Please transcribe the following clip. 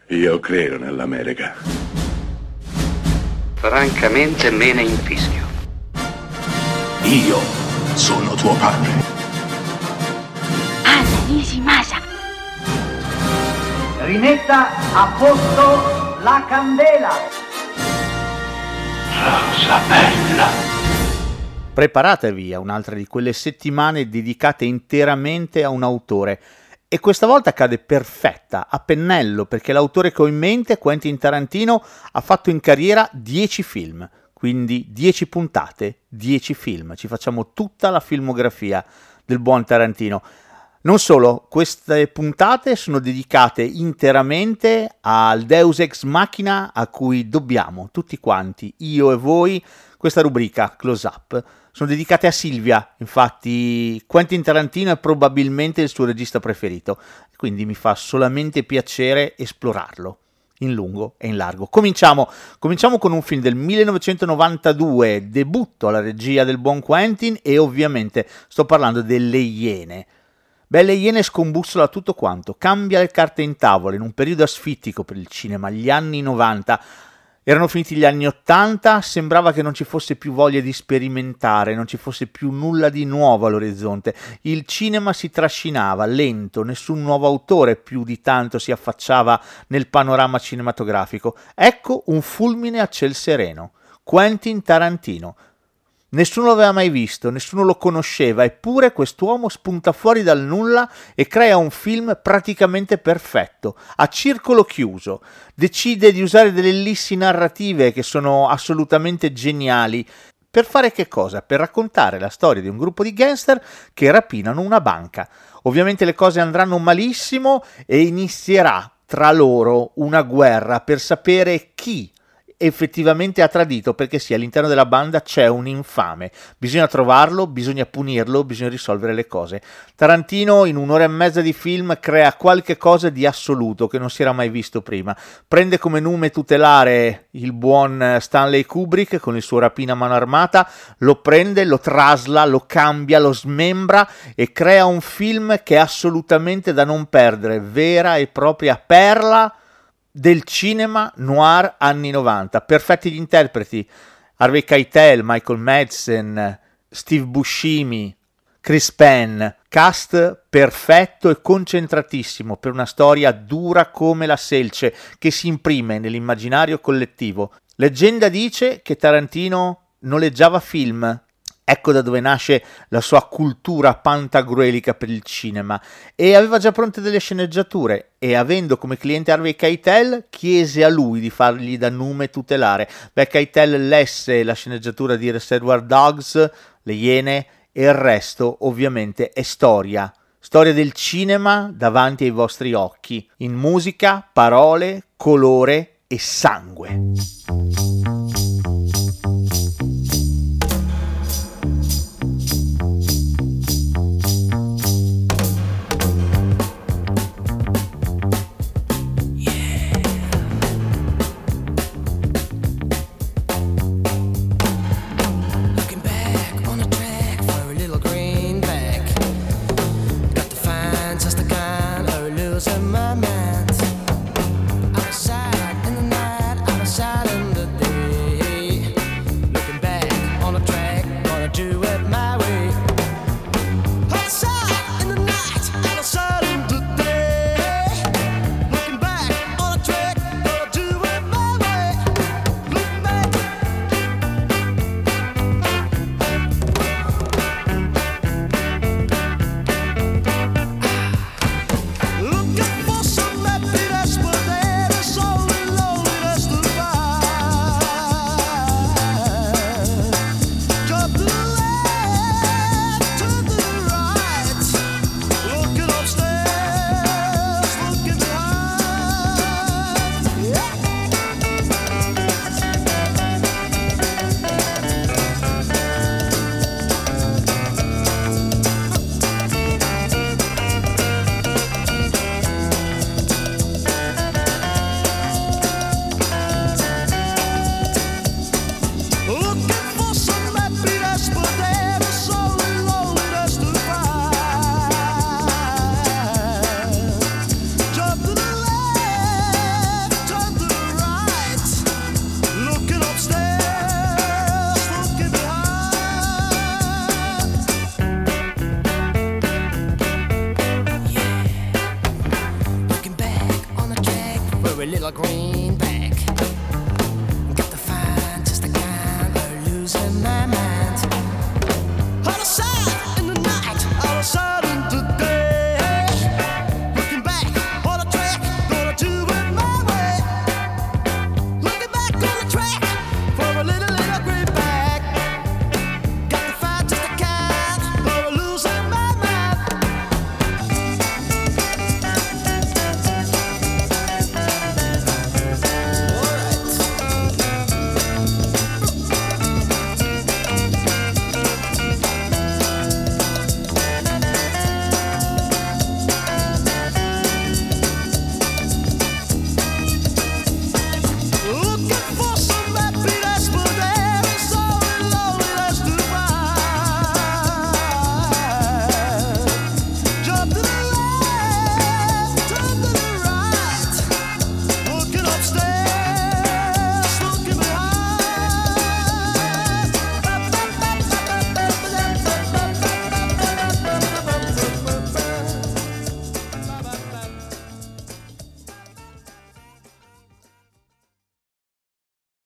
Io credo nell'America. Francamente me ne infischio. Io sono tuo padre. Anna Nishimasa. Rimetta a posto la candela. Rosa bella. Preparatevi a un'altra di quelle settimane dedicate interamente a un autore. E questa volta cade perfetta, a pennello, perché l'autore che ho in mente, Quentin Tarantino, ha fatto in carriera 10 film, quindi 10 puntate, 10 film. Ci facciamo tutta la filmografia del buon Tarantino. Non solo, queste puntate sono dedicate interamente al Deus Ex Machina a cui dobbiamo, tutti quanti, io e voi, questa rubrica Close Up. Sono dedicate a Silvia, infatti Quentin Tarantino è probabilmente il suo regista preferito, quindi mi fa solamente piacere esplorarlo in lungo e in largo. Cominciamo con un film del 1992, debutto alla regia del buon Quentin, e ovviamente sto parlando delle Iene. Le Iene scombussola tutto quanto, cambia le carte in tavola in un periodo asfittico per il cinema, gli anni 90. Erano finiti gli anni 80, sembrava che non ci fosse più voglia di sperimentare, non ci fosse più nulla di nuovo all'orizzonte. Il cinema si trascinava, lento, nessun nuovo autore più di tanto si affacciava nel panorama cinematografico. Ecco un fulmine a ciel sereno. Quentin Tarantino. Nessuno lo aveva mai visto, nessuno lo conosceva, eppure quest'uomo spunta fuori dal nulla e crea un film praticamente perfetto, a circolo chiuso. Decide di usare delle ellissi narrative che sono assolutamente geniali. Per fare che cosa? Per raccontare la storia di un gruppo di gangster che rapinano una banca. Ovviamente le cose andranno malissimo e inizierà tra loro una guerra per sapere chi effettivamente ha tradito, perché sì, all'interno della banda c'è un infame, bisogna trovarlo, bisogna punirlo, bisogna risolvere le cose. Tarantino in un'ora e mezza di film crea qualche cosa di assoluto che non si era mai visto prima. Prende come nume tutelare il buon Stanley Kubrick con il suo Rapina a mano armata, lo prende, lo trasla, lo cambia, lo smembra e crea un film che è assolutamente da non perdere, vera e propria perla del cinema noir anni 90. Perfetti gli interpreti: Harvey Keitel, Michael Madsen, Steve Buscemi, Chris Penn. Cast perfetto e concentratissimo per una storia dura come la selce che si imprime nell'immaginario collettivo. Leggenda dice che Tarantino noleggiava film. Ecco da dove nasce la sua cultura pantagruelica per il cinema, e aveva già pronte delle sceneggiature, e avendo come cliente Harvey Keitel chiese a lui di fargli da nume tutelare. Keitel lesse la sceneggiatura di Reservoir Dogs, Le Iene, e il resto ovviamente è storia del cinema davanti ai vostri occhi, in musica, parole, colore e sangue. My mind, outside in the night, outside. every little green